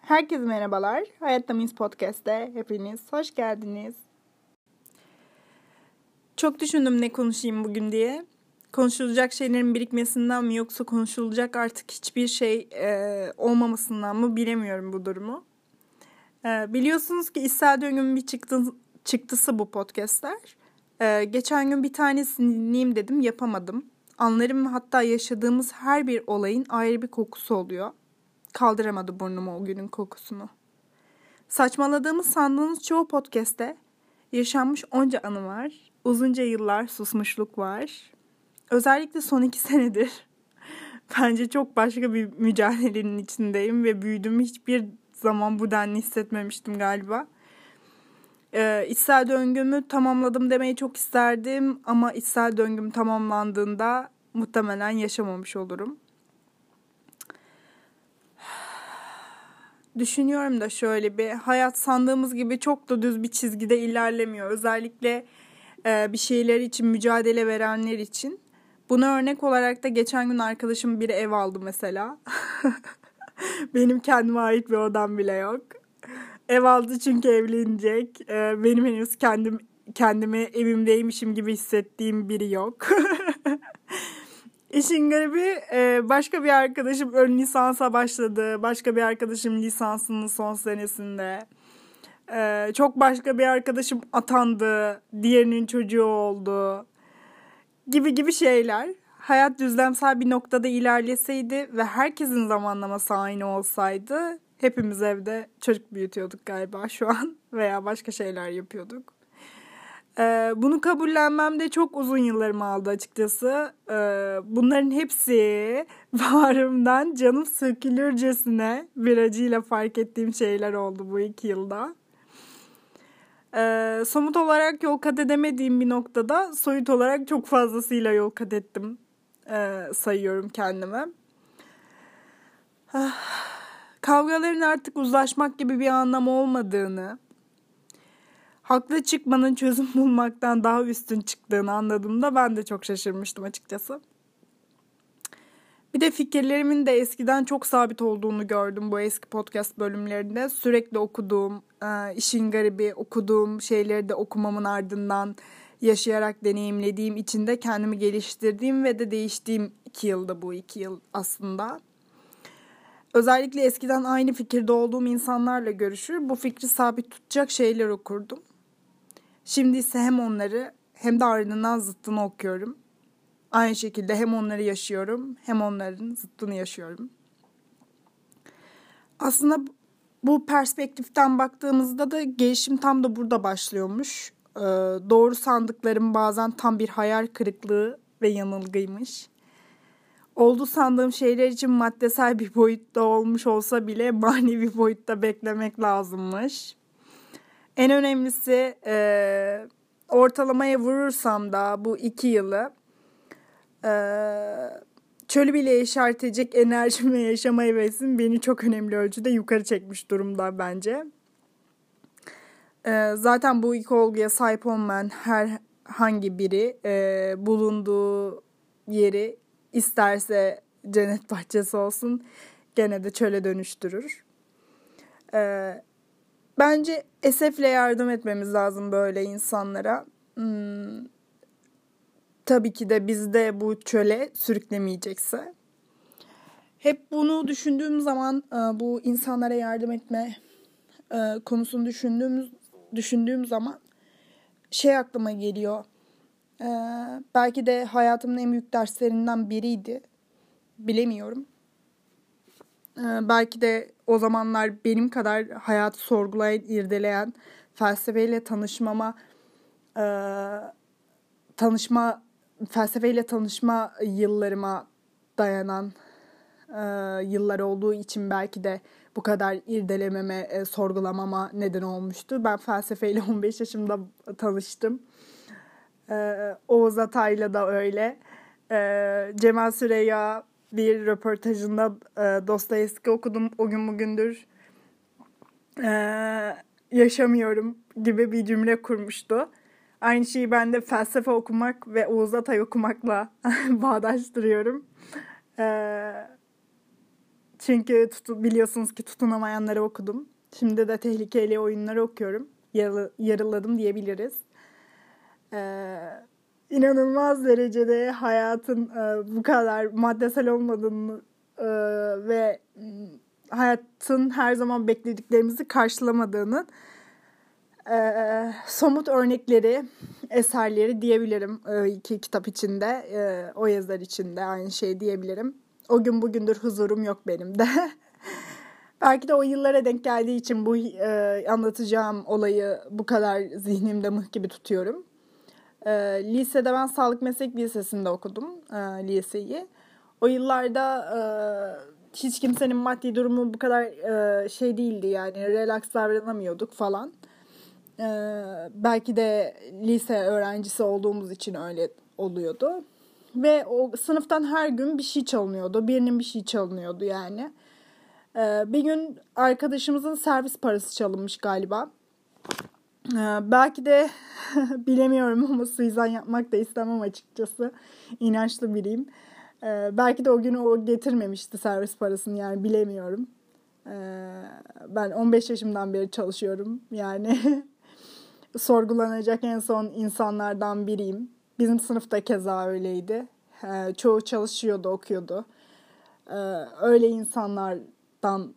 Herkese merhabalar. Hayatta Mıyız Podcast'te hepiniz hoş geldiniz. Çok düşündüm ne konuşayım bugün diye. Konuşulacak şeylerin birikmesinden mi yoksa konuşulacak artık hiçbir şey olmamasından mı bilemiyorum bu durumu. Biliyorsunuz ki içsel döngümün bir çıktısı bu podcastler. Geçen gün bir tanesini dinleyeyim dedim, yapamadım. Anlarım ve hatta yaşadığımız her bir olayın ayrı bir kokusu oluyor. Kaldıramadı burnuma o günün kokusunu. Saçmaladığımız sandığınız çoğu podcast'te yaşanmış onca anı var. Uzunca yıllar susmuşluk var. Özellikle son 2 senedir bence çok başka bir mücadelenin içindeyim ve büyüdüğümü hiçbir zaman bu denli hissetmemiştim galiba. İçsel döngümü tamamladım demeyi çok isterdim ama içsel döngüm tamamlandığında muhtemelen yaşamamış olurum. Düşünüyorum da şöyle bir hayat sandığımız gibi çok da düz bir çizgide ilerlemiyor. Özellikle bir şeyler için mücadele verenler için. Buna örnek olarak da geçen gün arkadaşım biri ev aldı mesela. Benim kendime ait bir odam bile yok. Ev aldı çünkü evlenecek. Benim henüz kendimi evimdeymişim gibi hissettiğim biri yok. İşin garibi başka bir arkadaşım ön lisansa başladı. Başka bir arkadaşım lisansının son senesinde. Çok başka bir arkadaşım atandı. Diğerinin çocuğu oldu. Gibi şeyler. Hayat düzlemsel bir noktada ilerleseydi ve herkesin zamanlaması aynı olsaydı hepimiz evde çocuk büyütüyorduk galiba şu an veya başka şeyler yapıyorduk. Bunu kabullenmem de çok uzun yıllarımı aldı açıkçası. Bunların hepsi bağrımdan canım sökülürcesine bir acıyla fark ettiğim şeyler oldu bu 2 yılda. Somut olarak yol kat edemediğim bir noktada soyut olarak çok fazlasıyla yol kat ettim sayıyorum kendime. Kavgaların artık uzlaşmak gibi bir anlamı olmadığını, haklı çıkmanın çözüm bulmaktan daha üstün çıktığını anladığımda ben de çok şaşırmıştım açıkçası. Bir de fikirlerimin de eskiden çok sabit olduğunu gördüm bu eski podcast bölümlerinde. Sürekli okuduğum, işin garibi okuduğum şeyleri de okumamın ardından yaşayarak deneyimlediğim için de kendimi geliştirdiğim ve de değiştiğim 2 yılda bu 2 yıl aslında. Özellikle eskiden aynı fikirde olduğum insanlarla görüşür, bu fikri sabit tutacak şeyler okurdum. Şimdi ise hem onları hem de ardından zıttını okuyorum. Aynı şekilde hem onları yaşıyorum hem onların zıttını yaşıyorum. Aslında bu perspektiften baktığımızda da gelişim tam da burada başlıyormuş. Doğru sandıklarım bazen tam bir hayal kırıklığı ve yanılgıymış. Oldu sandığım şeyler için maddesel bir boyutta olmuş olsa bile manevi boyutta beklemek lazımmış. En önemlisi ortalamaya vurursam da bu 2 yılı çölü bile işaret edecek enerjim ve yaşama hevesim beni çok önemli ölçüde yukarı çekmiş durumda bence. Zaten bu iki olguya sahip olmayan herhangi biri bulunduğu yeri isterse cennet bahçesi olsun gene de çöle dönüştürür. Bence esefle yardım etmemiz lazım böyle insanlara. Tabii ki de bizi de bu çöle sürüklemeyecekse. Hep bunu düşündüğüm zaman bu insanlara yardım etme konusunu düşündüğüm zaman şey aklıma geliyor. Belki de hayatımın en büyük derslerinden biriydi. Bilemiyorum. Belki de o zamanlar benim kadar hayatı sorgulayan, irdeleyen, felsefeyle tanışma yıllarıma dayanan yıllar olduğu için belki de bu kadar irdelememe, sorgulamama neden olmuştu. Ben felsefeyle 15 yaşımda tanıştım. Oğuz Atay'la da öyle. Cemal Süreyya bir röportajında Dostoyevski okudum o gün bugündür yaşamıyorum gibi bir cümle kurmuştu. Aynı şeyi ben de felsefe okumak ve Oğuz Atay okumakla bağdaştırıyorum. Çünkü biliyorsunuz ki tutunamayanları okudum. Şimdi de tehlikeli oyunları okuyorum. Yarıladım diyebiliriz. İnanılmaz derecede hayatın bu kadar maddesel olmadığını ve hayatın her zaman beklediklerimizi karşılamadığını somut örnekleri, eserleri diyebilirim iki kitap içinde, o yazar içinde aynı şey diyebilirim. O gün bugündür huzurum yok benim de. Belki de o yıllara denk geldiği için bu anlatacağım olayı bu kadar zihnimde mıh gibi tutuyorum. Lisede ben Sağlık Meslek Lisesi'nde okudum liseyi. O yıllarda hiç kimsenin maddi durumu bu kadar şey değildi yani relax davranamıyorduk falan. Belki de lise öğrencisi olduğumuz için öyle oluyordu. Ve o sınıftan her gün bir şey çalınıyordu. Birinin bir şey çalınıyordu yani. Bir gün arkadaşımızın servis parası çalınmış galiba. Belki de bilemiyorum ama suizan yapmak da istemem açıkçası. İnançlı biriyim. Belki de o gün o getirmemişti servis parasını yani bilemiyorum. Ben 15 yaşımdan beri çalışıyorum yani. Sorgulanacak en son insanlardan biriyim. Bizim sınıfta keza öyleydi. Çoğu çalışıyordu, okuyordu. Öyle insanlardan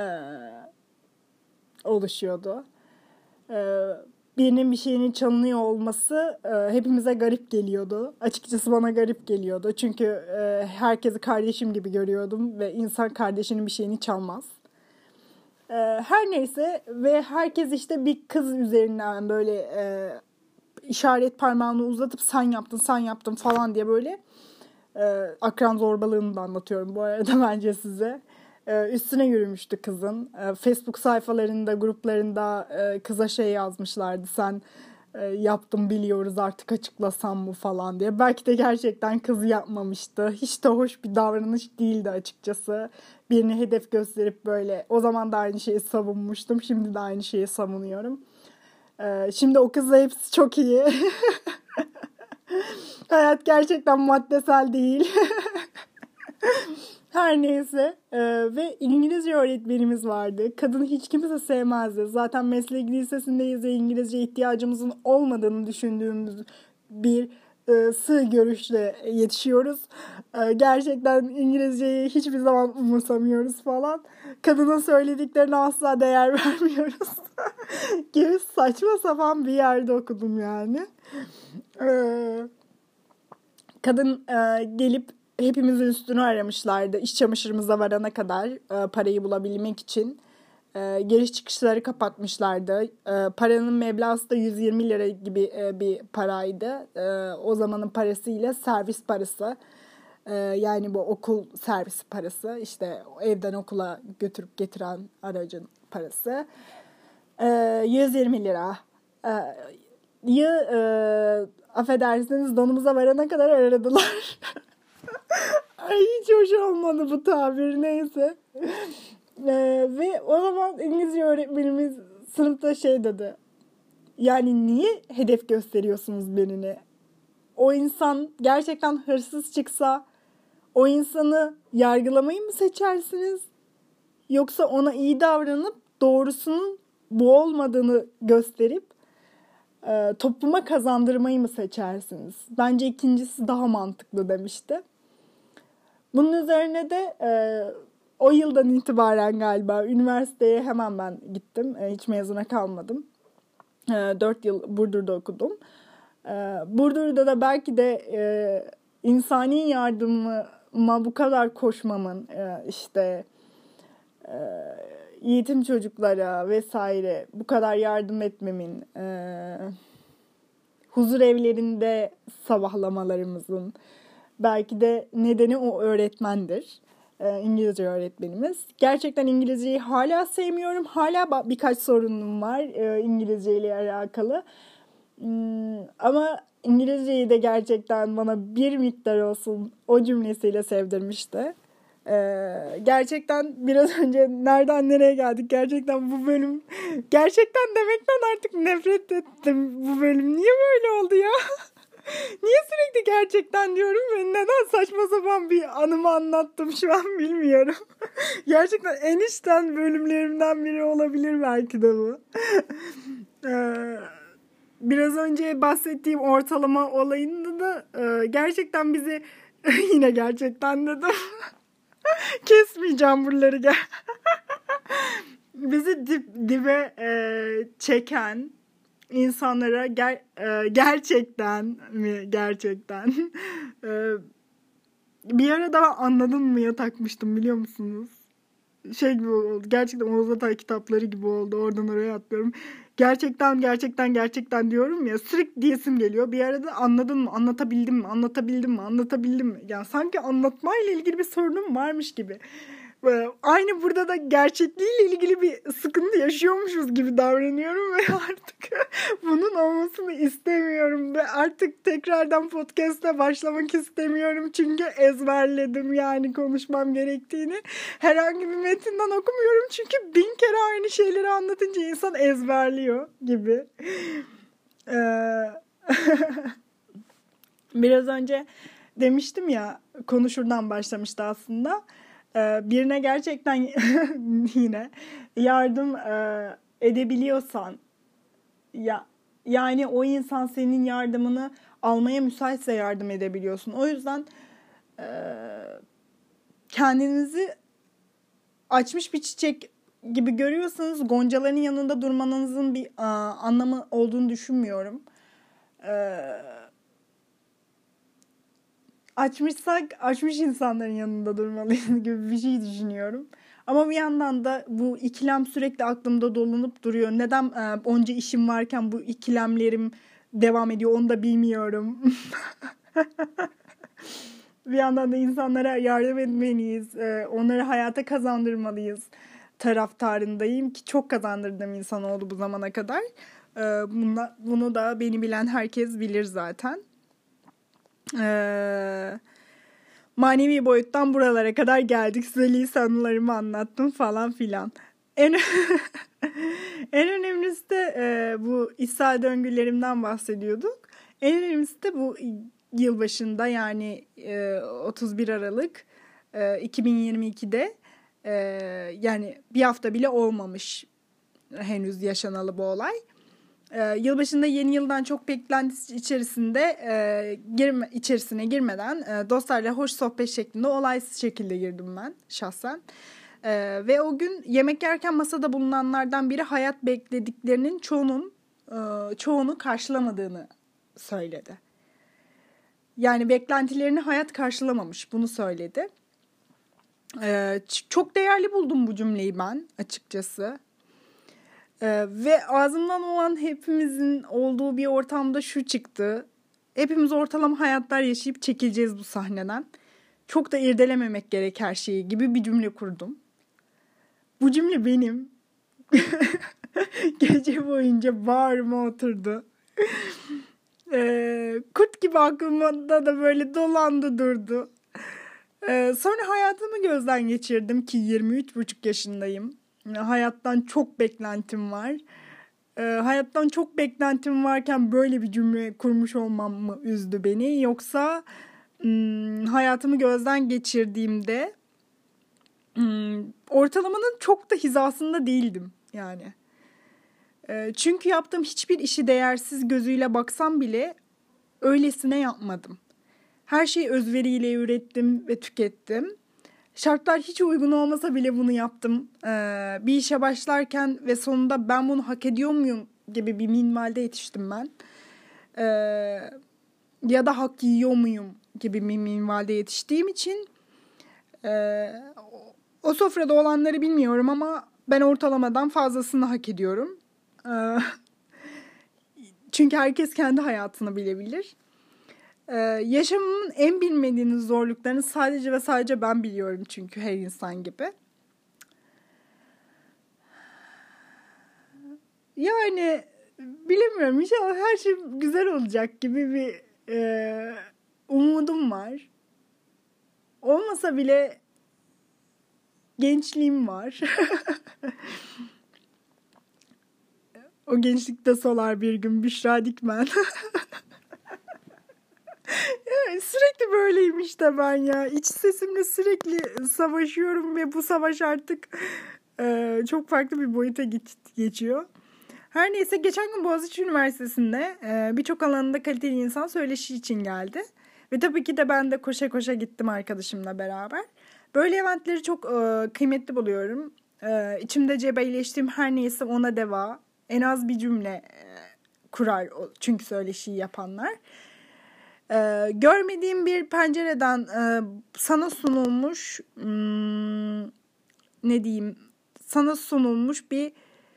oluşuyordu. Birinin bir şeyinin çalınıyor olması hepimize garip geliyordu. Açıkçası bana garip geliyordu. Çünkü herkesi kardeşim gibi görüyordum ve insan kardeşinin bir şeyini çalmaz. Her neyse ve herkes işte bir kız üzerinden böyle işaret parmağını uzatıp sen yaptın falan diye böyle akran zorbalığını da anlatıyorum bu arada bence size. Üstüne yürümüştü kızın. Facebook sayfalarında, gruplarında kıza şey yazmışlardı. Sen yaptım biliyoruz artık açıklasam mı falan diye. Belki de gerçekten kız yapmamıştı. Hiç de hoş bir davranış değildi açıkçası. Birini hedef gösterip böyle. O zaman da aynı şeyi savunmuştum. Şimdi de aynı şeyi savunuyorum. Şimdi o kızla hepsi çok iyi. Hayat gerçekten maddesel değil. Her neyse ve İngilizce öğretmenimiz vardı. Kadını hiç kimse sevmezdi. Zaten meslek lisesindeyiz ve İngilizce ihtiyacımızın olmadığını düşündüğümüz bir sığ görüşle yetişiyoruz. Gerçekten İngilizceyi hiçbir zaman umursamıyoruz falan. Kadının söylediklerine asla değer vermiyoruz. Gibi saçma sapan bir yerde okudum yani. Kadın gelip hepimizin üstünü aramışlardı. İş çamaşırımıza varana kadar parayı bulabilmek için. Giriş çıkışları kapatmışlardı. Paranın meblağısı da 120 lira gibi bir paraydı. O zamanın parasıyla servis parası. Yani bu okul servis parası. İşte evden okula götürüp getiren aracın parası. 120 lira. Affedersiniz donumuza varana kadar aradılar. Ay hiç hoş olmadı bu tabir neyse. Ve o zaman İngilizce öğretmenimiz sınıfta şey dedi. Yani niye hedef gösteriyorsunuz birini? O insan gerçekten hırsız çıksa o insanı yargılamayı mı seçersiniz? Yoksa ona iyi davranıp doğrusunun bu olmadığını gösterip topluma kazandırmayı mı seçersiniz? Bence ikincisi daha mantıklı demişti. Bunun üzerine de o yıldan itibaren galiba üniversiteye hemen ben gittim. Hiç mezuna kalmadım. 4 yıl Burdur'da okudum. Burdur'da da belki de insani yardıma bu kadar koşmamın işte yetim çocuklara vesaire bu kadar yardım etmemin, huzur evlerinde sabahlamalarımızın belki de nedeni o öğretmendir. İngilizce öğretmenimiz. Gerçekten İngilizceyi hala sevmiyorum. Hala birkaç sorunum var İngilizce ile alakalı. Ama İngilizceyi de gerçekten bana bir miktar olsun o cümlesiyle sevdirmişti. Gerçekten biraz önce nereden nereye geldik? Gerçekten bu bölüm gerçekten demekten artık nefret ettim. Bu bölüm niye böyle oldu ya? Niye sürekli gerçekten diyorum ve neden saçma sapan bir anımı anlattım şu an bilmiyorum. Gerçekten en içten bölümlerimden biri olabilir belki de bu. Biraz önce bahsettiğim ortalama olayında da gerçekten bizi yine gerçekten dedim. Kesmeyeceğim buraları bizi dibe çeken insanlara gerçekten bir ara daha anladın mıya takmıştım biliyor musunuz? Şey gibi oldu. Gerçekten Oğuz Atay kitapları gibi oldu. Oradan oraya atlıyorum. Gerçekten diyorum ya. Sürekli diyesim geliyor. Bir arada anladın mı? Anlatabildim mi? Yani sanki anlatmayla ilgili bir sorunum varmış gibi. Aynı burada da gerçekliğiyle ilgili bir sıkıntı yaşıyormuşuz gibi davranıyorum ve artık bunun olmasını istemiyorum ve artık tekrardan podcast'a başlamak istemiyorum çünkü ezberledim yani konuşmam gerektiğini. Herhangi bir metinden okumuyorum çünkü 1000 kere aynı şeyleri anlatınca insan ezberliyor gibi. Biraz önce demiştim ya, konu şuradan başlamıştı aslında. Birine gerçekten yine yardım edebiliyorsan yani o insan senin yardımını almaya müsaitse yardım edebiliyorsun. O yüzden kendinizi açmış bir çiçek gibi görüyorsanız goncaların yanında durmanızın bir anlamı olduğunu düşünmüyorum. Açmış insanların yanında durmalıyız gibi bir şey düşünüyorum. Ama bir yandan da bu ikilem sürekli aklımda dolanıp duruyor. Neden onca işim varken bu ikilemlerim devam ediyor onu da bilmiyorum. Bir yandan da insanlara yardım etmeliyiz. Onları hayata kazandırmalıyız taraftarındayım ki çok kazandırdığım insan oldu bu zamana kadar. Bunu da beni bilen herkes bilir zaten. Manevi boyuttan buralara kadar geldik. Size lise anılarımı anlattım falan filan. En önemlisi de bu içsel döngülerimden bahsediyorduk. En önemlisi de bu yılbaşında yani 31 Aralık 2022'de yani bir hafta bile olmamış henüz yaşanalı bu olay. Yılbaşında yeni yıldan çok beklenti içerisine girmeden dostlarla hoş sohbet şeklinde olaysız şekilde girdim ben şahsen. Ve o gün yemek yerken masada bulunanlardan biri hayat beklediklerinin çoğunu karşılamadığını söyledi. Yani beklentilerini hayat karşılamamış, bunu söyledi. Çok değerli buldum bu cümleyi ben açıkçası. Ve ağzımdan o an hepimizin olduğu bir ortamda şu çıktı. Hepimiz ortalama hayatlar yaşayıp çekileceğiz bu sahneden. Çok da irdelememek gerek her şeyi gibi bir cümle kurdum. Bu cümle benim gece boyunca bağrıma oturdu. Kurt gibi aklımda da böyle dolandı durdu. Sonra hayatımı gözden geçirdim ki 23,5 yaşındayım. Hayattan çok beklentim var. Hayattan çok beklentim varken böyle bir cümle kurmuş olmam mı üzdü beni? Yoksa hayatımı gözden geçirdiğimde ortalamanın çok da hizasında değildim yani. Çünkü yaptığım hiçbir işi değersiz gözüyle baksam bile öylesine yapmadım. Her şeyi özveriyle ürettim ve tükettim. Şartlar hiç uygun olmasa bile bunu yaptım. Bir işe başlarken ve sonunda ben bunu hak ediyor muyum gibi bir minvalde yetiştim ben. Ya da hak yiyor muyum gibi bir minvalde yetiştiğim için o sofrada olanları bilmiyorum ama ben ortalamadan fazlasını hak ediyorum. Çünkü herkes kendi hayatını bilebilir. Yaşamımın en bilmediğiniz zorluklarını sadece ve sadece ben biliyorum çünkü her insan gibi. Yani bilemiyorum, inşallah her şey güzel olacak gibi bir umudum var. Olmasa bile gençliğim var. O gençlikte solar bir gün Büşra Dikmen. haldeyim işte ben ya. İç sesimle sürekli savaşıyorum ve bu savaş artık çok farklı bir boyuta geçiyor. Her neyse, geçen gün Boğaziçi Üniversitesi'nde birçok alanında kaliteli insan söyleşi için geldi. Ve tabii ki de ben de koşa koşa gittim arkadaşımla beraber. Böyle eventleri çok kıymetli buluyorum. İçimde cebelleştiğim her neyse ona deva. En az bir cümle kurar çünkü söyleşiyi yapanlar. Görmediğim bir pencereden sana sunulmuş ne diyeyim, sana sunulmuş bir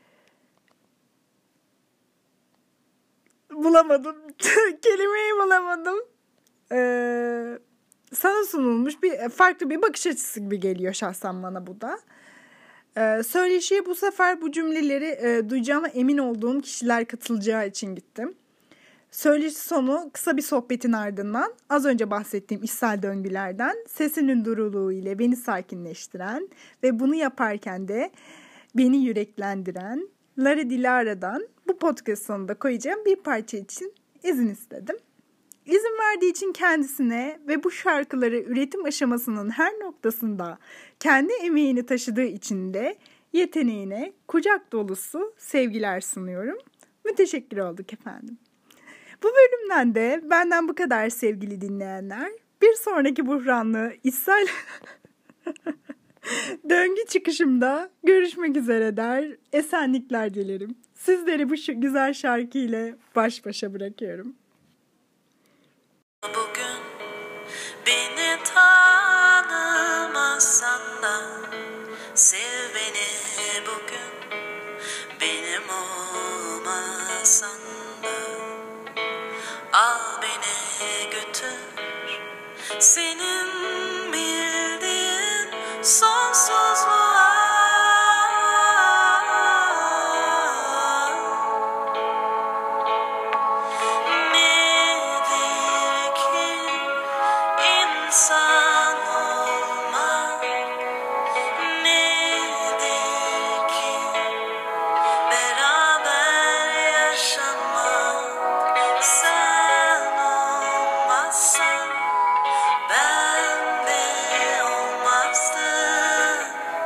bulamadım kelimeyi bulamadım, sana sunulmuş bir farklı bir bakış açısı gibi geliyor şahsen bana bu da. Söyleşiye bu sefer bu cümleleri duyacağıma emin olduğum kişiler katılacağı için gittim. Söyleşi sonu kısa bir sohbetin ardından az önce bahsettiğim içsel döngülerden sesinin duruluğu ile beni sakinleştiren ve bunu yaparken de beni yüreklendiren Lara Dilara'dan bu podcast sonunda koyacağım bir parça için izin istedim. İzin verdiği için kendisine ve bu şarkıları üretim aşamasının her noktasında kendi emeğini taşıdığı için de yeteneğine kucak dolusu sevgiler sunuyorum. Müteşekkir olduk efendim. Bu bölümden de benden bu kadar sevgili dinleyenler. Bir sonraki buhranlı içsel döngü çıkışımda görüşmek üzere der. Esenlikler dilerim. Sizleri bu güzel şarkı ile baş başa bırakıyorum. Bugün beni tanımazsan da sev beni bugün, benim olmasan da al beni götür senin bildiğin sonsuzluğa. Nedir ki insan olmak, nedir ki beraber yaşamak? Sen olmazsan ben de olmazdım,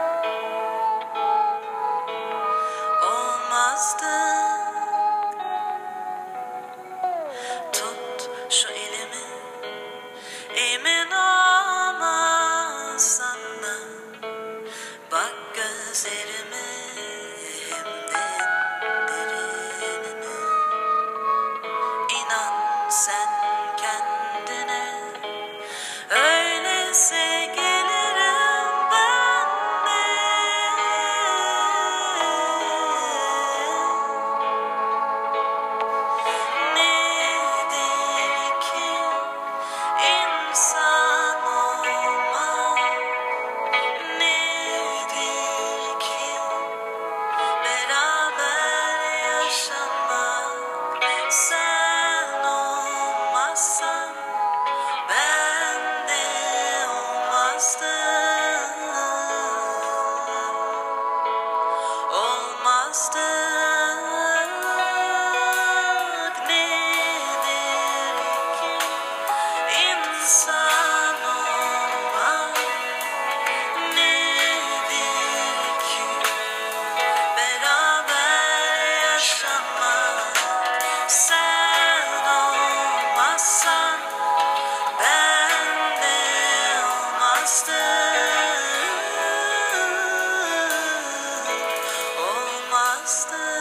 olmazdım. Tut şu elimi, emin olmazsan da bak gözlerime, hem de derinine. İnan sen kendine, öyleyse gelirim ben de. Nedir ki insan olmak, nedir ki beraber yaşamak? Sen olmazsan ben de olmazdım, olmazdık. Nedir ki insan olmak, nedir ki beraber yaşamak? Sen olmazsan ben de olmazdım, olmazdım.